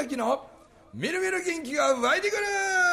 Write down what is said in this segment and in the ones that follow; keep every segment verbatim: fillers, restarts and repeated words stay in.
明のみるみる元気が湧いてくる。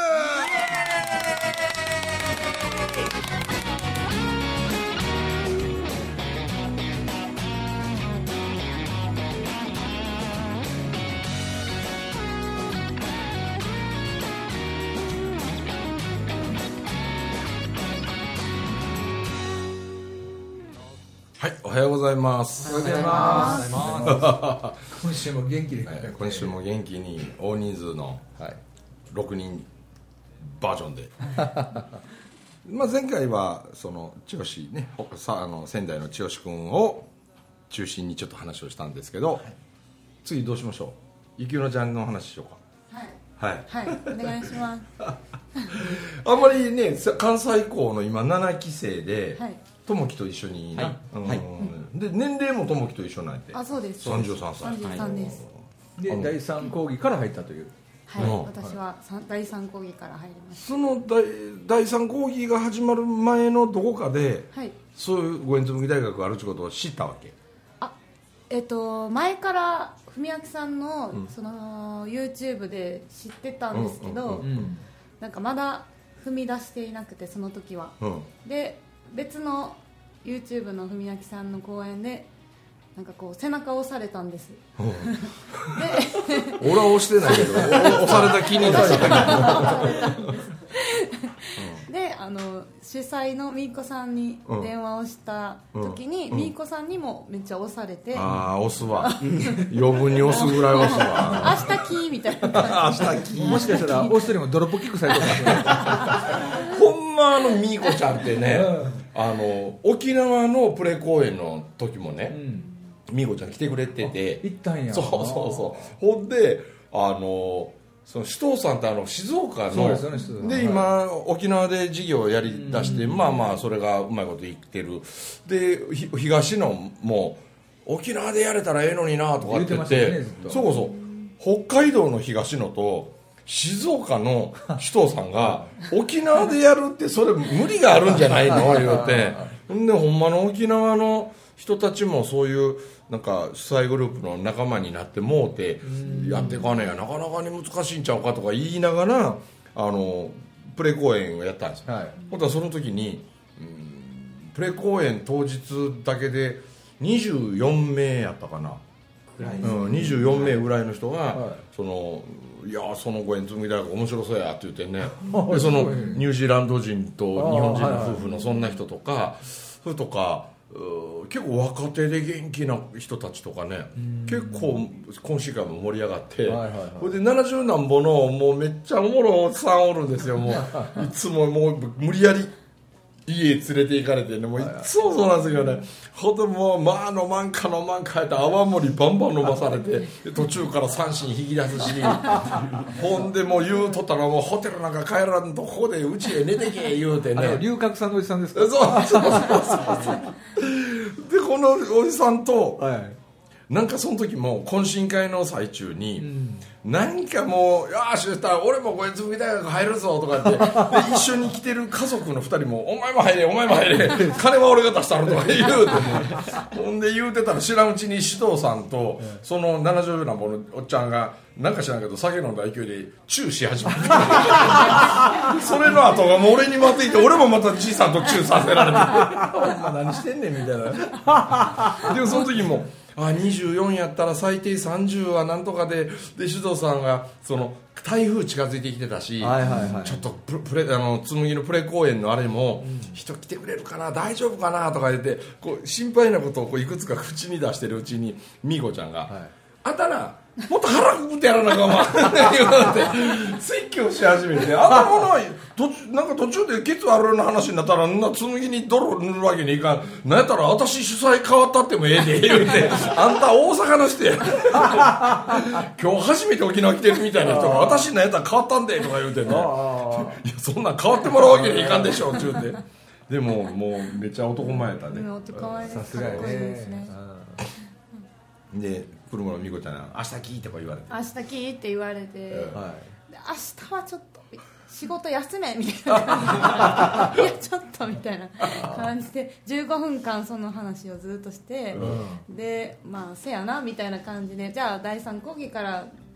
はい、おはようございます。 おはようございます。今週も元気で、 はい、今週も元気に大人数のろくにんバージョンでまあ前回はその千代ね、さあの仙台の千代君を中心にちょっと話をしたんですけど、はい、次どうしましょう。ゆきのちゃんの話しようか。はい、 はい、はい、お願いしますあんまりね、関西校の今ななき生で、はい、友樹と一緒に、はいうんはい、で年齢も友樹と一緒なんやて。 あ、そうです。 さんじゅうさんさい。 さんじゅうさんです。 でだいさん講義から入ったという。 はい、うん、私はだいさん講義から入りました。 そのだいさん講義が始まる前のどこかで、はい、そういう五円紬大学があるってことを知ったわけ。 あ、えっと前から文明さんの、うん、その YouTube で知ってたんですけど、うんうんうん、なんかまだ踏み出していなくて、その時は、うん、で別の YouTube の文明さんの講演でなんかこう背中を押されたんです、うん、で俺は押してないけど押された気になったで、あの主催のみーこさんに電話をした時に、うん、みーこさんにもめっちゃ押されて、 ああ押すわ余分に押すぐらい押すわ明日キーみたいな感じ明日キーもしかしたら押すよりもドロップキックされたほんまあのみーこちゃんってね、うん、あの沖縄のプレ公演の時もね、うん、みーこちゃん来てくれてて行ったんや。 そうそうそうほんであのその首藤さんってあの静岡の で,、ね、で今、はい、沖縄で事業をやりだして、まあまあそれがうまいこといってる。で東野も沖縄でやれたらええのになとかって言って、ね、そうそう北海道の東野と静岡の首藤さんが沖縄でやるってそれ無理があるんじゃないの言うてでほんまの沖縄の人たちもそういうなんか主催グループの仲間になってもうてやっていかねえやなかなかに難しいんちゃうかとか言いながらあのプレ公演をやったんですよ、はい、本当はその時にうんプレ公演当日だけでにじゅうよんめいやったかな、うん、にじゅうよんめいぐらいの人が、はい、そのいやその五円紬大学面白そうやって言ってねでそのニュージーランド人と日本人の夫婦のそんな人とかそれとか結構若手で元気な人たちとかね結構今週間も盛り上がって、はいはいはい、それでななじゅうなんぼのもうめっちゃおもろいおっさんおるんですよ。もういつももう無理やり家連れて行かれてねもういつもそうなんですけどねほんともうまあ飲まんか飲まんかやって泡盛バンバン飲まされて途中から三振引き出すしほんでもう言うとったらもうホテルなんか帰らんとここでうちへ寝てけ言うてね龍角さんのおじさんですか。 そうそうそうそうでこのおじさんと、はい、なんかその時も懇親会の最中に、うん、なんかもうよしそしたら俺も五円紬大学入るぞとかってで一緒に来てる家族のふたりもお前も入れお前も入れ金は俺が出したるとか言うてねほんで言うてたら知らんうちに獅童さんとそのななじゅうなんぼのおっちゃんがなんか知らんけど酒飲んだ勢いでチューし始めてそれの後がもう俺にまっていて俺もまたじいさんとチューさせられてお前何してんねんみたいなでもその時もあにじゅうよんやったら最低さんじゅうはなんとかでで獅童さんがその台風近づいてきてたし、はいはいはい、ちょっとププレあの紬のプレ公演のあれも、うん、人来てくれるかな大丈夫かなとか言ってこう心配なことをこういくつか口に出してるうちにみーこちゃんが、はい、あんたなもっと腹くくってやらなあかんわって説教し始めてあんなものはなんか途中でケツあるような話になったらな紬に泥塗るわけにいかんなんやったら私主催変わったってもええで言うてあんた大阪の人や今日初めて沖縄来てるみたいな人が私なんやったら変わったんでとか言うてねいやそんなん変わってもらうわけにいかんでしょって言うてでももうめっちゃ男前やったねさすがやねで車のみこちゃんに明日来いとか言われて明日来いって言われて、うん、明日はちょっと仕事休めみたいな感じいやちょっとみたいな感じでじゅうごふんかんその話をずっとして、うん、でまあせやなみたいな感じでじゃあだいさん講義から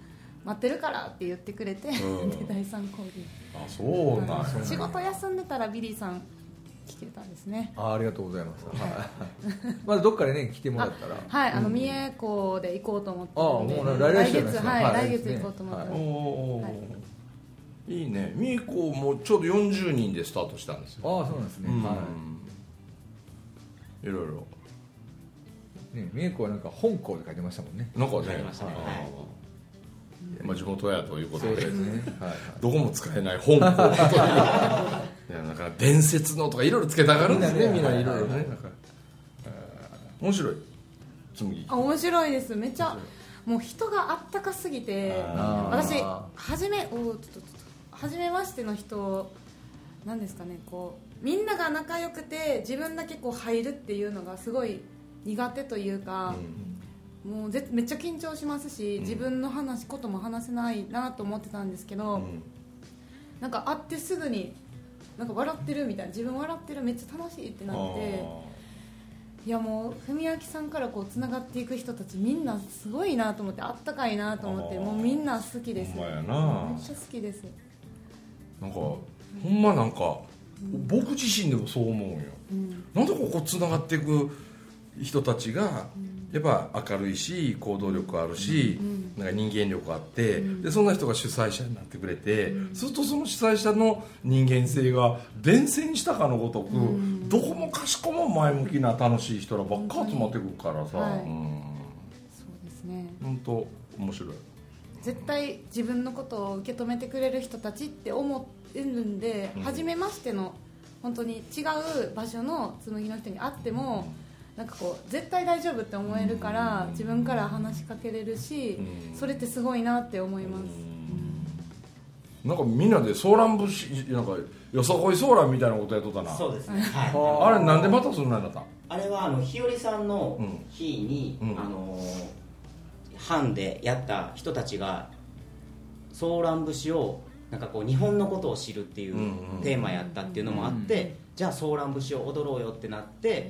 待ってるからって言ってくれて、うん、でだいさん講義あそうなん、 ね、仕事休んでたらビリーさん来てたんですね。 あ, ありがとうございます、はい、まだどっかでね来てもらったらはい、あの三重港で行こうと思ってるんで、 あもう来来月、はい、はい、来月行こうと思ってます、はい、 お、はい、いいね。三重港もちょうどよんじゅうにんでスタートしたんですよ。 ああそうなんですね、うん、はい、 いろいろね、三重港はなんか本港で書いてましたもんね。 なんかね、 書いてましたね、はい、 まあ、地元やということで、 そうですね、はいはい、 どこも使えない本港といういやなんか伝説のとかいろいろつけたがるんですね、みんないろいろね。面白い紬。 あ面白いです。めっちゃもう人があったかすぎて、私初めおちょっとちょっと初めましての人なんですかね、こうみんなが仲良くて自分だけこう入るっていうのがすごい苦手というか、うん、もうぜめっちゃ緊張しますし、うん、自分の話ことも話せないなと思ってたんですけど、うん、なんか会ってすぐになんか笑ってるみたいな、自分笑ってるめっちゃ楽しいってなって、いやもう文明さんからこうつながっていく人たちみんなすごいなと思って、あったかいなと思って、もうみんな好きです。 ほんまやな、 めっちゃ好きです。 なんか、うん、ほんまなんか、うん、僕自身でもそう思うよ、うん、なんでここつながっていく人たちがやっぱ明るいし行動力あるし、うん、なんか人間力あって、うん、でそんな人が主催者になってくれて、うん、するとその主催者の人間性が伝染したかのごとく、うん、どこもかしこも前向きな楽しい人らばっか集まってくるからさ、はい、うん、 そうですね、 本当面白い。 絶対自分のことを受け止めてくれる人たちって思ってるんで、うん、初めましての本当に違う場所の紬の人に会っても、うん、なんかこう絶対大丈夫って思えるから、うん、自分から話しかけれるし、うん、それってすごいなって思います、 うん、なんかみんなでソーラン節、なんかよさこいソーランみたいなことやっとったな。 そうですね、はい、 あれなんでまたそんなになった？ あれはあの日和さんの日に、うん、あの班でやった人たちがソーラン節をなんかこう日本のことを知るっていうテーマやったっていうのもあって、うんうん、じゃあソーラン節を踊ろうよってなって、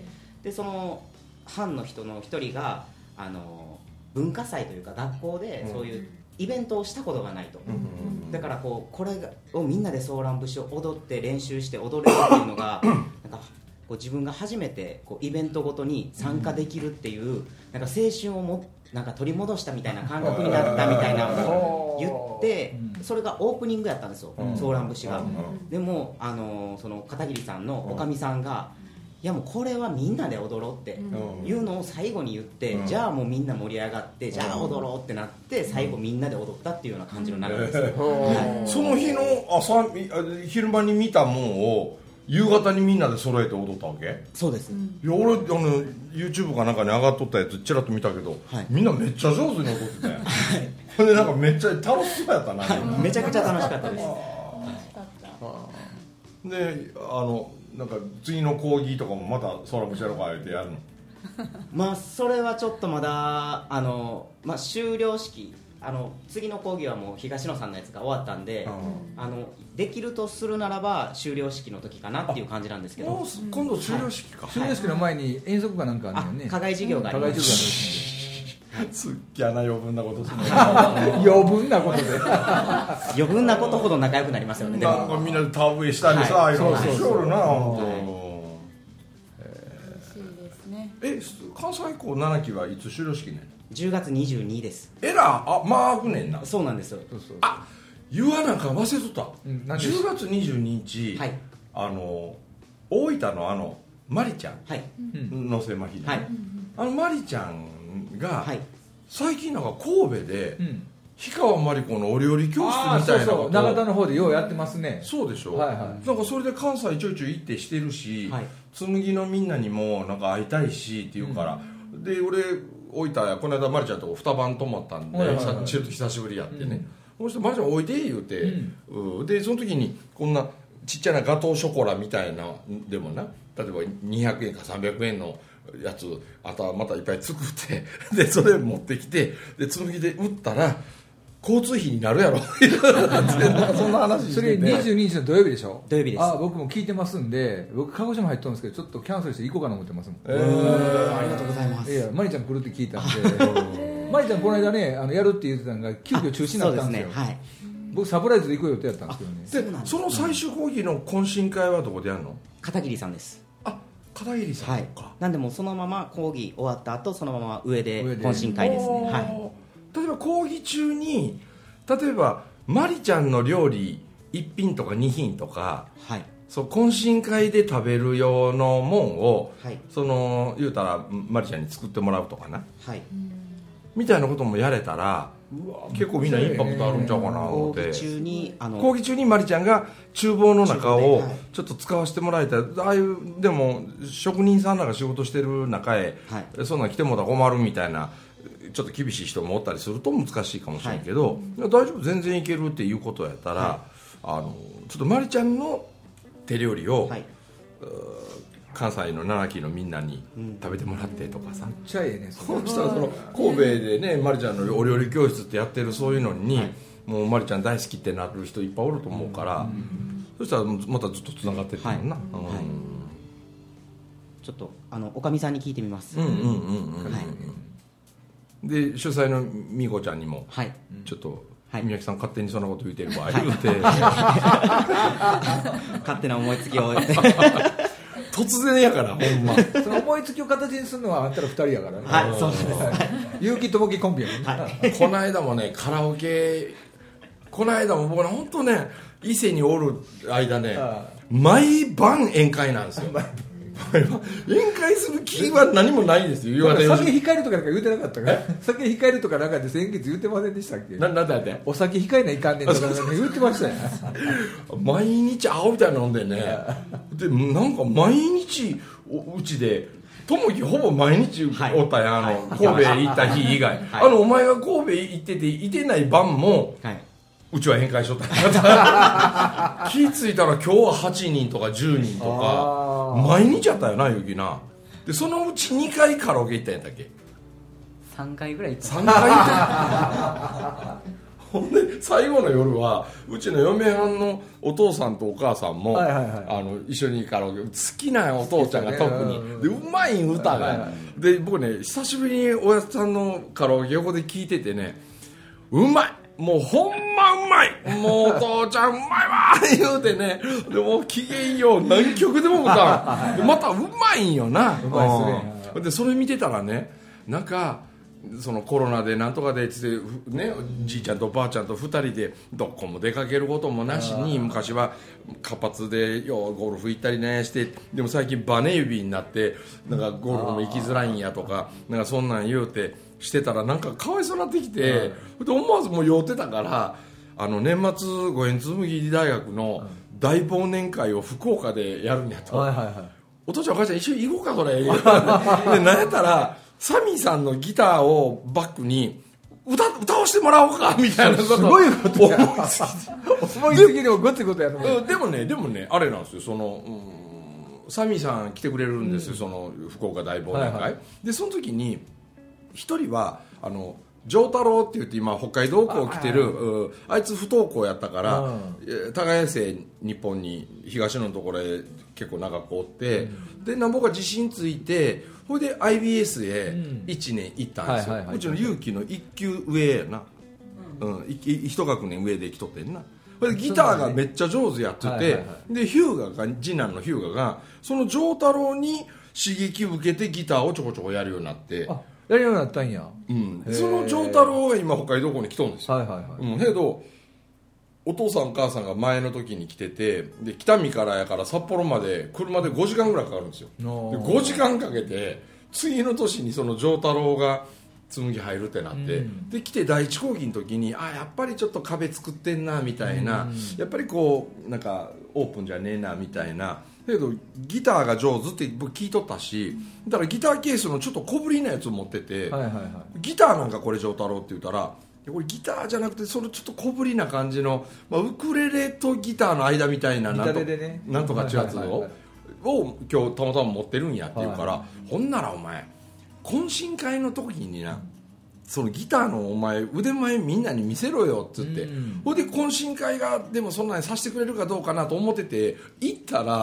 でその班の人の一人があの文化祭というか学校でそういうイベントをしたことがないと、うんうん、だからこうこれをみんなでソーラン節を踊って練習して踊れるっていうのがなんかこう自分が初めてこうイベントごとに参加できるっていうなんか青春をもなんか取り戻したみたいな感覚になったみたいなのを言って、それがオープニングやったんですよ、うん、ソーラン節が、うん、でもあのその片桐さんのおかみさんが、いやもうこれはみんなで踊ろうっていうのを最後に言って、うん、じゃあもうみんな盛り上がって、じゃあ踊ろうってなって最後みんなで踊ったっていうような感じになるんですよ、 はい、その日の朝昼間に見たもんを夕方にみんなで揃えて踊ったわけ？ そうです、うん、 いや俺あの YouTube かなんかに上がっとったやつちらっと見たけど、はい、みんなめっちゃ上手に踊ってたよ、はい、でなんかめっちゃ楽しそうやったな、はい、 めちゃくちゃ楽しかったです。 であのなんか次の講義とかもまたソーラン節やろうかってやるの？ まあそれはちょっとまだあの、まあ、終了式、あの次の講義はもう東野さんのやつが終わったんで、うん、あのできるとするならば終了式の時かなっていう感じなんですけど、もう今度終了式か、 はい、終了式の前に遠足かなんかあるよね。 課外授業があります、 うん、すっげえな余分なことする余分なことで余分なことほど仲良くなりますよね。でもなんかみんなで田植えしたりさ、はい、いろいろしよるな本当。え関西高ななきはいつ終了式ね？ じゅうがつにじゅうににちです。 えらあマークねんな。 そうなんですよ。 そうそうそう、あ言わなんか忘れとった、うん、じゅうがつにじゅうににち、はい、あの大分のあのマリちゃん、はい、のせまひで、はい、あのマリちゃんが、はい、最近なんか神戸で、うん、氷川マリ子のお料理教室みたいなこと、そうそう長田の方でようやってますね。 そうでしょ、はいはい、なんかそれで関西ちょいちょい行ってしてるし、はい、紬のみんなにもなんか会いたいしっていうから、うん、で俺大分やこの間マリちゃんとこ二晩泊まったんで、はいはいはい、ちょっと久しぶりやってね、うん、そしてマリちゃん置いて言うて、うん、でその時にこんなちっちゃなガトーショコラみたいなでもな、例えばにひゃくえんかさんびゃくえんのやつあとはまたいっぱい作ってでそれ持ってきてで紬で売ったら交通費になるやろそんな話してて、 それにじゅうににちの土曜日でしょ？ 土曜日です。 あ僕も聞いてますんで、僕鹿児島入ったんですけどちょっとキャンセルして行こうかな思ってますもん。 えー、ありがとうございます。 いやマリちゃん来るって聞いたんで舞ちゃんこの間ねあのやるって言ってたのが急遽中止になったんですよ。 そうですね、はい、 僕サプライズで行く予定やったんですけどね。 でその最終講義の懇親会はどこでやるの？ 片桐さんです。 あ、片桐さんか、はい、 なんでもそのまま講義終わった後そのまま上で懇親会ですね、はい、 例えば講義中に例えばマリちゃんの料理いっ品とかに品とか、はい、そう懇親会で食べる用のもんを、はい、その言うたらマリちゃんに作ってもらうとかな、はい、みたいなこともやれたら結構みんなインパクトあるんちゃうかなと思って、講義中にあの講義中にマリちゃんが厨房の中をちょっと使わせてもらえたら、ああいうでも職人さんらが仕事してる中へ、はい、そんなん来てもらったら困るみたいなちょっと厳しい人もおったりすると難しいかもしれんけど、はい、大丈夫全然いけるっていうことやったら、はい、あのちょっとマリちゃんの手料理を、はい、関西の七木のみんなに食べてもらってとかさ、めっちゃええね。 そしたらその神戸でねマリちゃんのお料理教室ってやってるそういうのに、はい、もうマリちゃん大好きってなる人いっぱいおると思うから、うん、そしたらまたずっとつながってってるもんな、はいうんはい、 ちょっとあのおかみさんに聞いてみます。 で主催のみこちゃんにも、はい、ちょっと宮城さん勝手にそんなこと言ってる場合言うて、 はい、勝手な思いつきを突然やからほんまその思いつきを形にするのはあんたらふたりやからね。 はい、そうです。 結城智樹コンビやね、 はい、この間もねカラオケこの間も僕は本当ね伊勢におる間ね毎晩宴会なんですよ宴会する気は何もないんですよ。 酒控えるとかなんか言うてなかったから酒控えるとかなんかで先月言ってませんでしたっけ？ ななんだってお酒控えないかんねんとか言ってましたよ毎日青みたいな飲んでねでなんか毎日うちでともきほぼ毎日おったやん、はい、あの神戸行った日以外、はい、あのお前が神戸行ってていてない晩も、はいうちは宴会しとった気ぃ付いたら今日ははちにんとかじゅうにんとか毎日やったよなゆきな。でそのうちにかいカラオケ行ったんやったっけ？ さんかいぐらい行ったさんかい行ったほんで最後の夜はうちの嫁はんのお父さんとお母さんも、はいはいはい、あの一緒にカラオケ好きなお父ちゃんが特にでうまい歌が、はいはい、で僕ね久しぶりにおやつさんのカラオケ横で聞いててねうまいもうほんまうまいもうお父ちゃんうまいわ言うてねでも機嫌よう何曲でも歌うでまたうまいんよな。うまいっすね。でそれ見てたらねなんかそのコロナでなんとかでつってねじいちゃんとばあちゃんとふたりでどこも出かけることもなしに昔は活発でようゴルフ行ったりねしてでも最近バネ指になってなんかゴルフも行きづらいんやとかなんかそんなん言うてしてたらなんかかわいそうになってきて、うん、で思わずもう酔ってたからあの年末五円紬大学の大忘年会を福岡でやるんやと、はいはいはい、お父ちゃんお母ちゃん一緒に行こうかそれでなんやったらサミーさんのギターをバックに 歌, 歌わせてもらおうかみたいなことすごいことや思いつきでもごついことやとでもねでもねあれなんですよその、うん、サミーさん来てくれるんですよ、うん、その福岡大忘年会、はいはい、でその時に一人はあの丈太郎って言って今北海道校来てる あ, あいつ不登校やったから耕生日本に東のところへ結構長くおって、うん、でなんぼか自信ついてそれで アイビーエス へいちねん行ったんですよ、うんはいはいはい、うちの勇気のいっ級上やな、うんうん、一学年上で来とってんな。でギターがめっちゃ上手やってて、はいはいはい、でヒューガが次男のヒューガがその丈太郎に刺激受けてギターをちょこちょこやるようになってあやるようになったんや、 うん、その丈太郎が今北海道校に来とるんですよ、はいはいはい、うん、けどお父さんお母さんが前の時に来ててで北見からやから札幌まで車でごじかんぐらいかかるんですよ。でごじかんかけて次の年にその丈太郎が紬入るってなって、うん、で来て第一講義の時にあやっぱりちょっと壁作ってんなみたいな、うん、やっぱりこうなんかオープンじゃねえなみたいなだけどギターが上手って僕聞いとったしだからギターケースのちょっと小ぶりなやつを持ってて、はいはいはい、ギターなんかこれ丈太郎って言ったらこれギターじゃなくてそのちょっと小ぶりな感じの、まあ、ウクレレとギターの間みたいななんと、ね、なんとか違うやつを、はいはいはい、を今日たまたま持ってるんやって言うから、はい、ほんならお前懇親会の時になそのギターのお前腕前みんなに見せろよっつって、うん、ほいで懇親会がでもそんなにさせてくれるかどうかなと思ってて行ったら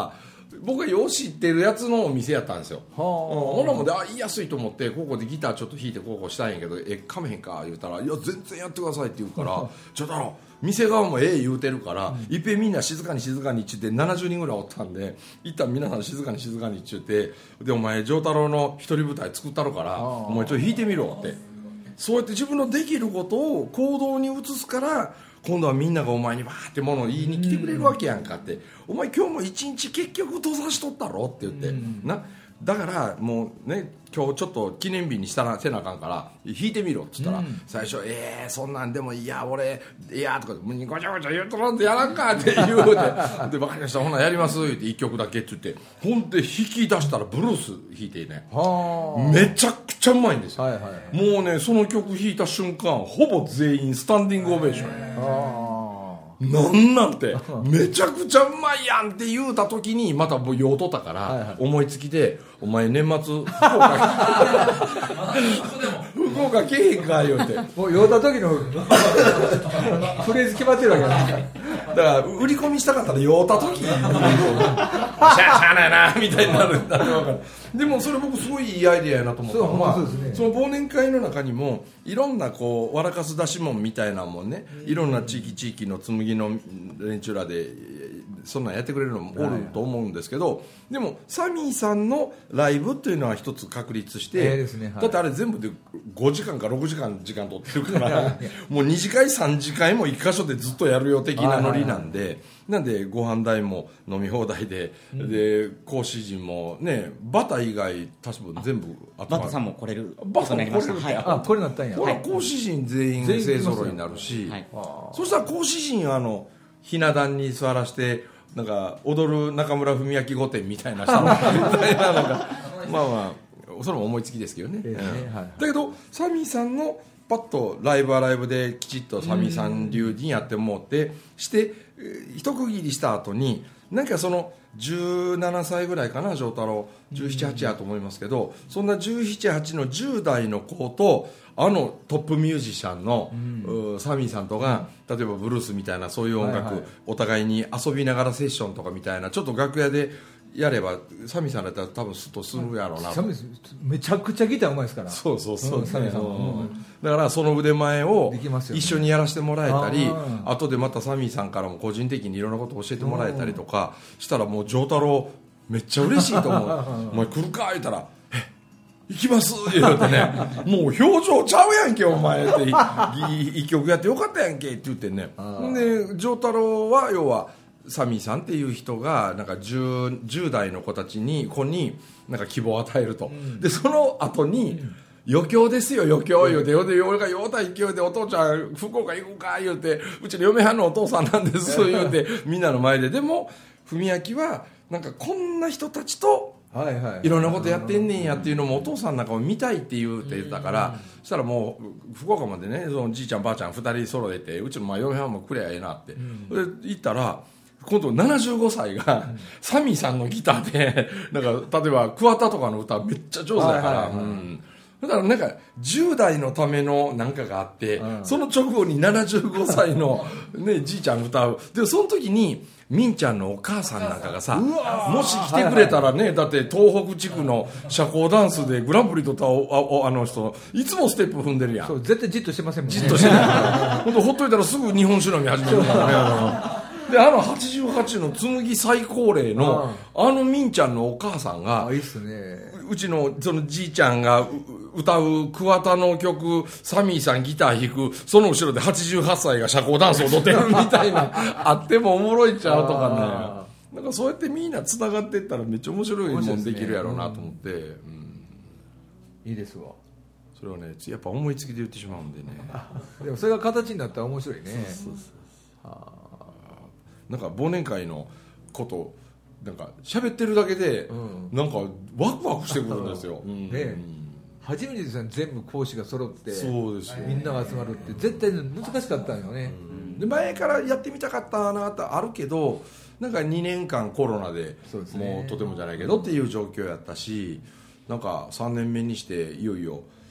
僕がよう知ってるやつのお店やったんですよ。ほなもんで、あ、言いやすいと思って、ここでギターちょっと弾いてこうこうしたんやけど、えかめへんか言うたら、いや全然やってくださいって言うからちょっとあの店側もええ言うてるから、うん、いっぺんみんな静かに静かにって言ってななじゅうにんぐらいおったんで、一旦皆さん静かに静かにって言って、でお前丈太郎の一人舞台作ったろからお前ちょっと弾いてみろって、そうやって自分のできることを行動に移すから、今度はみんながお前にバーってものを言いに来てくれるわけやんかって、お前今日も一日結局閉ざしとったろって言って、なだからもうね、今日ちょっと記念日にしたらせなあかんから弾いてみろって言ったら、うん、最初えーそんなんでもいや俺いやとかごちゃごちゃ言うとらんとやらんかって言うてでバカにしたほなやりますっていっきょくだけって言って、ほんで弾き出したらブルース弾いてね、めちゃくちゃうまいんですよ、はいはい、もうねその曲弾いた瞬間ほぼ全員スタンディングオベーション、なんなんてめちゃくちゃうまいやんって言うた時にまた僕酔うとったから思いつきで、お前年末福岡福岡来えへんか言うて、 もう酔うた時のフレーズ決まってるわけなんですだから売り込みしたかったら酔うた時にしゃあしゃあないなみたいになるんだからでもそれ僕すごいいいアイデアやなと思ったのは、 そうですね、その忘年会の中にもいろんなこう笑かす出し物みたいなもんね、いろんな地域地域の紬の連中らでそんなんやってくれるのもおると思うんですけど、でもサミーさんのライブっていうのは一つ確立して、えーですね、はい、だってあれ全部でごじかんかろくじかん時間取ってるからもうに次会さん次会も一箇所でずっとやるよ的なノリなんで、はいはいはい、なんでご飯代も飲み放題で、うん、で講師陣もねバタ以外確か全部バタさんも来れるバタさんも来れる、 はい、あこれなったんや、 ほら講師陣全員勢ぞろいになるし、はい、そしたら講師陣あのひな壇に座らせてなんか踊る中村文明御殿みたいな人みたいなのがまあまあそれも思いつきですけどね、えーね、うんはいはい、だけどサミーさんのパッとライブはライブできちっとサミーさん流にやってもらってして一区切りした後になんかそのじゅうななさいぐらいかな丈太郎じゅうなな、はちやと思いますけど、そんなじゅうなな、はちのじゅう代の子とあのトップミュージシャンの、うん、サミーさんとか例えばブルースみたいなそういう音楽、はいはい、お互いに遊びながらセッションとかみたいなちょっと楽屋でやればサミーさんだったら多分スッとするやろうな、 サミーめちゃくちゃギターうまいですから、 そうそうそう、 うん、サミーさんも、 うん、だからその腕前を一緒にやらせてもらえたり、ね、あとでまたサミーさんからも個人的にいろんなことを教えてもらえたりとかしたらもう丈太郎めっちゃ嬉しいと思うお前来るか言ったら行きます言うてねもう表情ちゃうやんけお前って一曲やってよかったやんけって言ってねで丈太郎は要はサミーさんっていう人がなんか 10, じゅう代の子たちに子になんか希望を与えると、うん、でその後に、うん余興ですよ余興言うて、うん、俺が酔うた勢いでお父ちゃん福岡行こうか言うてうちの嫁はんのお父さんなんです言うてみんなの前ででも文明はなんかこんな人たちとはいはい、いろんなことやってんねんやっていうのもお父さんなんかも見たいって言うて言ったから、そしたらもう福岡までねそのじいちゃんばあちゃんふたり揃えてうちのまあ嫁はんもくれやええなって、うん、で行ったら今度ななじゅうごさいが、うん、サミーさんのギターでなんか例えば桑田とかの歌めっちゃ上手だから、はいはいはいうんだからなんかじゅう代のためのなんかがあって、うん、その直後にななじゅうごさいの、ね、じいちゃん歌うでその時にみんちゃんのお母さんなんかがさもし来てくれたらね、はいはい、だって東北地区の社交ダンスでグランプリ取ったああの人いつもステップ踏んでるやんそう絶対じっとしてませんもんねじっとしてないほんとほっといたらすぐ日本酒飲み始めるからねであのはちじゅうはちの紬最高齢のあのみんちゃんのお母さんがあいいっすねうちのそのじいちゃんが歌う桑田の曲サミーさんギター弾くその後ろではちじゅうはっさいが社交ダンス踊ってるみたいなあってもおもろいちゃうとかねなんかそうやってみんなつながっていったらめっちゃ面白いもんできるやろうなと思って、うんうん、 いいですわそれはねやっぱ思いつきで言ってしまうんでねでもそれが形になったら面白いねそうそうそうはあなんか忘年会のことなんか喋ってるだけで、うん、なんかワクワクしてくるんですよ、うんね、初めてですね全部講師が揃ってそうですよみんなが集まるって絶対難しかったんよね、 うん、で前からやってみたかったなってあるけどなんかにねんかんコロナでもうとてもじゃないけどっていう状況やったしなんかさんねんめにしていよいよ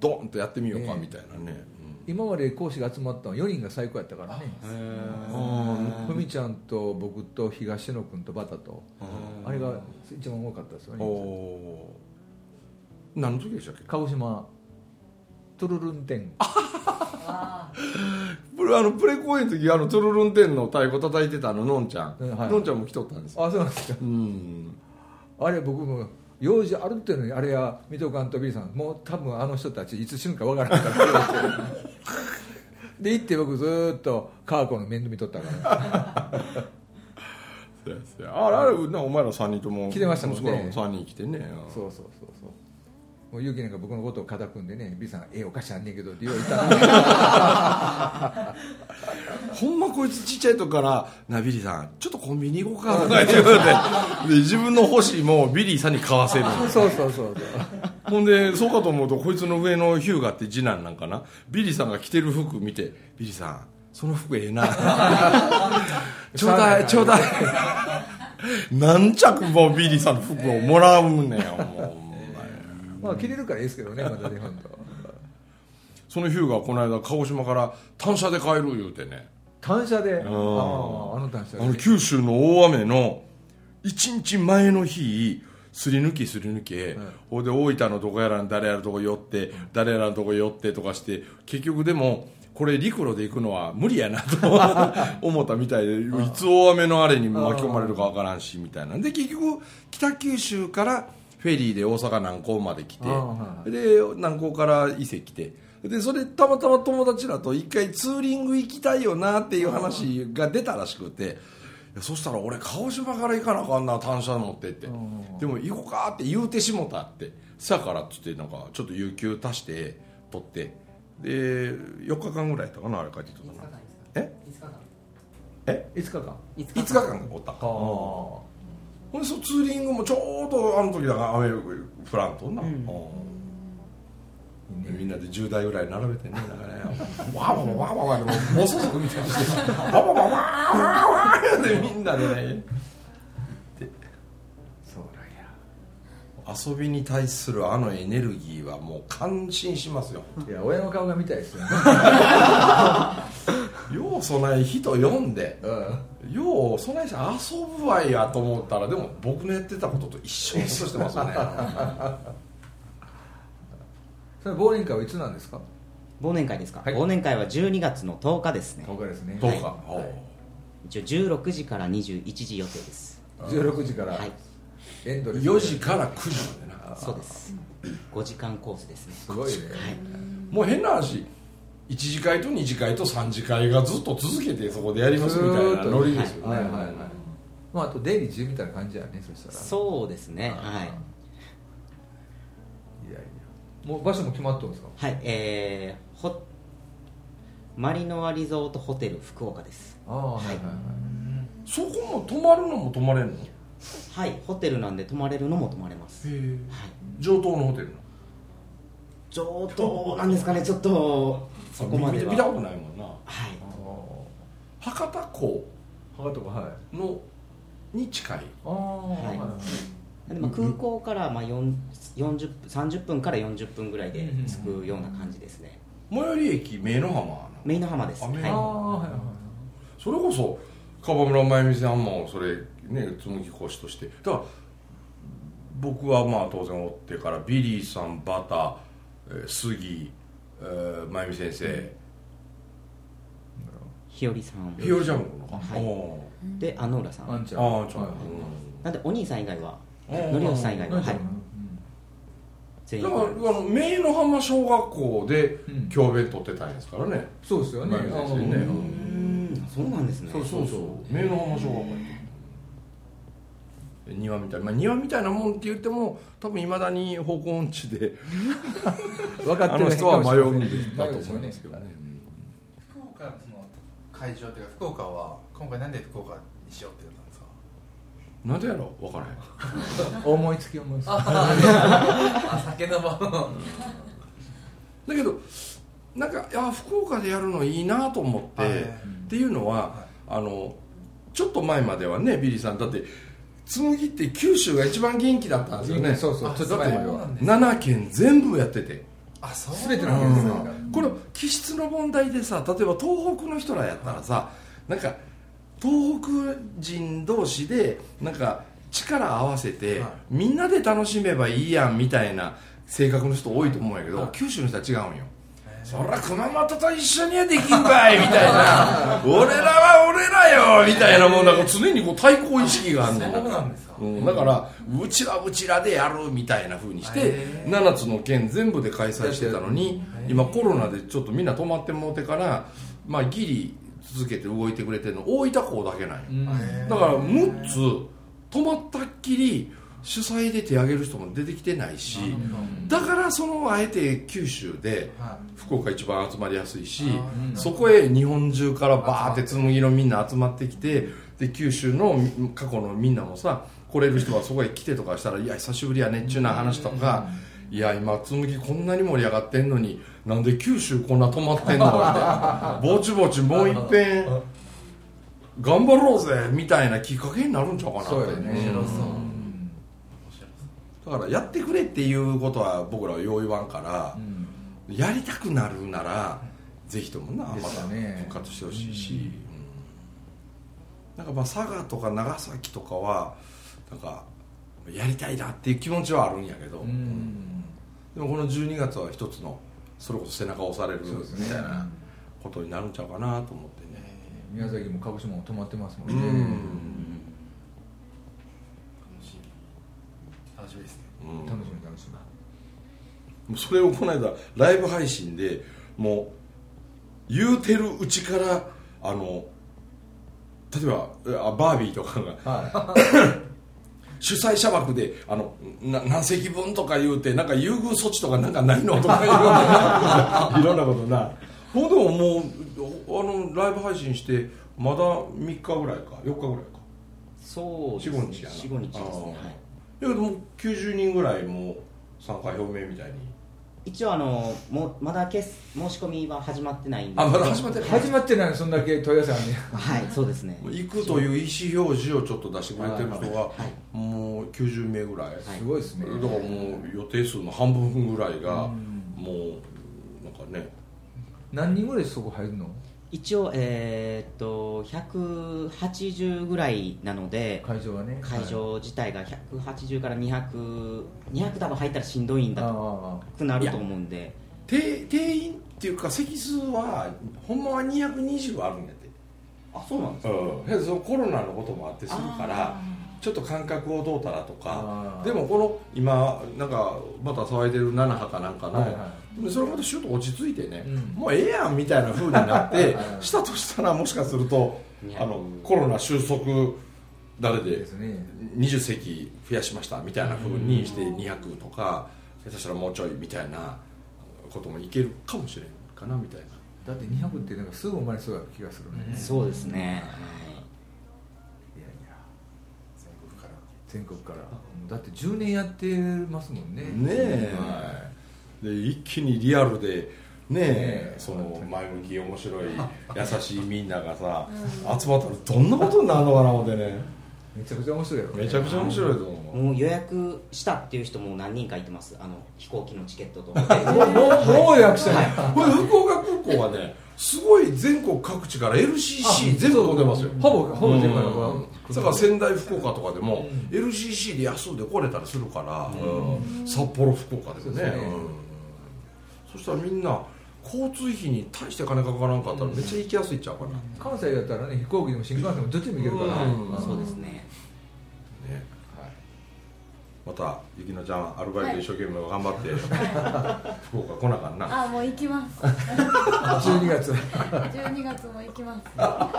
ドンとやってみようかみたいなね、 うん、今まで講師が集まったのはよにんが最高やったからね。ふみちゃんと僕と東野君とバタとあれが一番多かったですよね。 お何の時でしたっけ？ 鹿児島トゥルルンテンプレあのプレ公演の時あのトゥルルンテンの太鼓叩いてたあののんちゃん、はい、のんちゃんも来とったんですよ。 あ、そうなんですか。うんあれ僕も用事あるっていうのにあれや水戸監督 B さんもう多分あの人たちいつ死ぬかわからないからで行って僕ずっと川子の面倒見とったからあれあれお前らさんにんとも来てましたもんね。 さんにん来てね。 そうそうそうそうもう勇気なんか僕のことを肩組んでね B さんええお菓子あんねんけどって言われたほんまこいつちっちゃい時からなビリーさんちょっとコンビニ行こうかとか言うてで自分の欲しいもんをビリーさんに買わせるそうそうそうそうほんでそうかと思うとこいつの上のヒューガって次男なんかなビリーさんが着てる服見てビリーさんその服ええなちょうだいちょうだい何着もビリーさんの服をもらうねんもうまあ着れるからいいですけどねまだ日本とそのヒューがこの間鹿児島から単車で帰る言うてね。 単車で、 ああの単車で、 あの九州の大雨のいちにちまえの日すり抜きすり抜け、ほ、うん、で大分のどこやらの誰やらのとこ寄って、うん、誰やらのとこ寄ってとかして結局でもこれ陸路で行くのは無理やなと思ったみたいでいつ大雨のあれに巻き込まれるかわからんしみたいなで結局北九州からフェリーで大阪南港まで来て、はい、で南港から伊勢来てでそれたまたま友達らと一回ツーリング行きたいよなっていう話が出たらしくてそしたら俺鹿児島から行かなあかんな単車持ってってでも行こうかって言うてしもたってさからっつってなんかちょっと有給足して取ってでよっかかんぐらいやったかなあれ帰ってきたかなえいつかかんえいつかかんいつかかんおったかほんでそツーリングもちょうどあの時だから雨降らんとんな、うん、みんなでじゅうだいぐらい並べてねなんかねわわわわわわもう暴走族みたいにしてわわわわわわでみんなでねそうなんや遊びに対するあのエネルギーはもう感心しますよ。 いや親の顔が見たいですよねようそない人読んで、うん、ようそない人遊ぶわいやと思ったらでも僕のやってたことと一緒に過ごしてますよねそれ忘年会はいつなんですか？ 忘年会ですか、はい、忘年会はじゅうにがつのとおかですね。 とおかですね。 とおか、 はいはい、一応じゅうろくじからにじゅういちじ予定です。 じゅうろくじから、 はい、 エンドレスよじからくじまでな。 そうです。ごじかんコースですね。 すごいね、はい、 もう変な話いち次会とに次会とさん次会がずっと続けてそこでやりますみたいなノリですよね。はいはいはいはい、 まあ、あと出入り自由みたいな感じやね。そしたらそうですね。はい。 いやいやもう場所も決まってるんですか？ はい、えー、ほマリノアリゾートホテル福岡です。 ああ、はいはいはい。 そこも泊まるのも泊まれるの？ はい、ホテルなんで泊まれるのも泊まれます。 へえ、はい、上等のホテルの？ 上等なんですかね、ちょっとそこまでは見たことないもんな。 はい。 博多港博多港はいのに近い。 ああ、はい。 でまあ空港からまあよんじゅっぷんさんじゅっぷんからよんじゅっぷんぐらいで着くような感じですね。 最寄り駅目の浜。 目の浜です。 あ、 はい、 あ、はいはい。それこそ川村真由美さんもそれね紬講師としてだから僕はまあ当然追ってからビリーさんバター杉、えー、真由美先生、うん、 日和さん日和ちゃんものか、 はい、で安浦さんあんちゃん、あんちゃん、うん、 なんでお兄さん以外はのりおさん以外ははいだからあの明の浜小学校で教鞭取ってたんですからね、うん、 そうですよね、 ね、 うんそうなんですね。 そうそうそう明の浜小学校庭みたいな、まあ、庭みたいなもんって言っても多分いまだに方向音痴で分かってるあの人は迷うんだと思いますけどね。 福岡のその会場というか福岡は今回なんで福岡にしようって言ったんですか？ なんでやろ分からへん思いつき思いつきあ酒飲まだけどなんかいや福岡でやるのいいなと思って、はい、っていうのは、はい、あのちょっと前まではねビリーさんだって紬って九州が一番元気だったんですよね。 そうそうちょっと前まではななけん全部やっててあ、そう全ての県ですから、 この気質の問題でさ、例えば東北の人らやったらさ、なんか東北人同士でなんか力合わせて、はい、みんなで楽しめばいいやんみたいな性格の人多いと思うんやけど、はい、九州の人は違うんよ。そら熊本と一緒にはできんばいみたいな俺らは俺らよみたいな、もうなんか常にこう対抗意識があんねん。 そうなんですか。 うん、だからうちはうちらでやるみたいな風にしてななつの県全部で開催してたのに、今コロナでちょっとみんな止まってもうてから、まあギリ続けて動いてくれてるの大分港だけなんよ。だからむっつ止まったっきり主催で手挙げる人も出てきてないし、だからそのあえて九州で福岡一番集まりやすいし、そこへ日本中からバーって紬のみんな集まってきて、で九州の過去のみんなもさ、来れる人はそこへ来てとかしたら、いや久しぶりやねっちゅうな話とか、いや今紬こんなに盛り上がってんのになんで九州こんな止まってんのってぼちぼちもう一遍頑張ろうぜみたいなきっかけになるんちゃうかなって。 そうよね、 だからやってくれっていうことは僕らはよう言わんから、うん、やりたくなるならぜひともな、また復活してほしいし、うん、なんかまあ佐賀とか長崎とかはなんかやりたいなっていう気持ちはあるんやけど、うん、でもこのじゅうにがつは一つのそれこそ背中を押されるみたいなことになるんちゃうかなと思ってね。 宮崎も鹿児島も止まってますもんね、うん、 楽しみですね、 うん、楽しみ楽しみ。それをこの間ライブ配信でもう言うてるうちからあの例えばあバービーとかが、はい、主催者枠であのな何席分とか言うてなんか優遇措置とかなんかないのとか言ういろんなことな。ほんでももうあのライブ配信してまだみっかぐらいかよっかぐらいか、 そうですね、よん、ごにちやな、よん、ごにちですね、はい。 いやでもきゅうじゅうにんぐらいも参加表明みたいに一応あのもまだ決申し込みは始まってないんで。 あ、まだ始まってない、 始まってないの。そんだけ問い合わせあるね。 はい、そうですね。 行くという意思表示をちょっと出してくれてる人がもうきゅうじゅうめいぐらい、はい、 すごいですね。 だからもう予定数の半分ぐらいがもうなんかね。 何人ぐらいそこ入るの？ 一応えー、っとひゃくはちじゅうぐらいなので、 会場はね、 会場自体がひゃくはちじゅうからにひゃく、にひゃく多分入ったらしんどいんだとなると思うんで、 定, 定員っていうか席数はほんまはにひゃくにじゅうあるんやって。 あ、そうなんですか、 うん、そのコロナのこともあってするからちょっと間隔をどうたらとか。でもこの今なんかまた騒いでるななはかなんかの、はいはい、それまたシュート落ち着いてね、うん、もうええやんみたいな風になってしたとしたらもしかするとあのコロナ収束誰でにじゅっせき増やしましたみたいな風にしてにひゃくとか下手したらもうちょいみたいなこともいけるかもしれんかなみたいな。 だってにひゃくってなんかすぐ生まれそうな気がするね、 うん、そうですね、はい、いやいや全国から全国からだってじゅうねんやってますもんね。 ねえ、はい、で一気にリアルでねえ、その前向き面白い優しいみんながさ集まったらどんなことになるのかな思ってね。 めちゃくちゃ面白いよね。 めちゃくちゃ面白いと思う。 もう予約したっていう人も何人かいてます。あの飛行機のチケットともうもう予約したね。 これ福岡空港はねすごい全国各地から エルシーシー 全部飛んでますよ。 ほぼほぼ全部のだから仙台福岡とかでも エルシーシー で安うで来れたりするから、うん、札幌福岡でもね、うん、そしたらみんな交通費に大して金かからなかったらめっちゃ行きやすいっちゃうかな、うん、 関西だったらね飛行機でも新幹線もどっちでも行けるから、 うんうん、そうですね。 ね、はい、またゆきのちゃんアルバイト一生懸命頑張って、はい、福岡来なかんな。 あ、もう行きますじゅうにがつじゅうにがつも行きます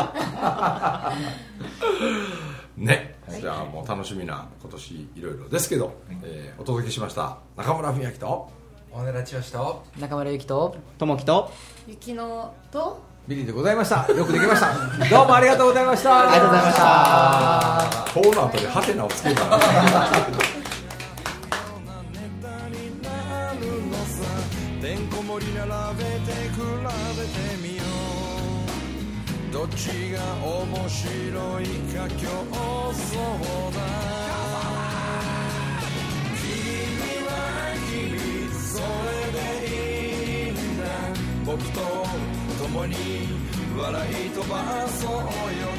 ね、はい、じゃあもう楽しみな今年いろいろですけど、はい、えー、お届けしました中村文明と小野寺千代と中村ゆきとともきとゆきのとビリーでございました。よくできましたどうもありがとうございました。 ありがとうございました。 コーナーとでハテナをつけるからてんこ盛り並べて比べてみようどっちが面白いか競争だ君は君それでいい笑い飛ばそうよ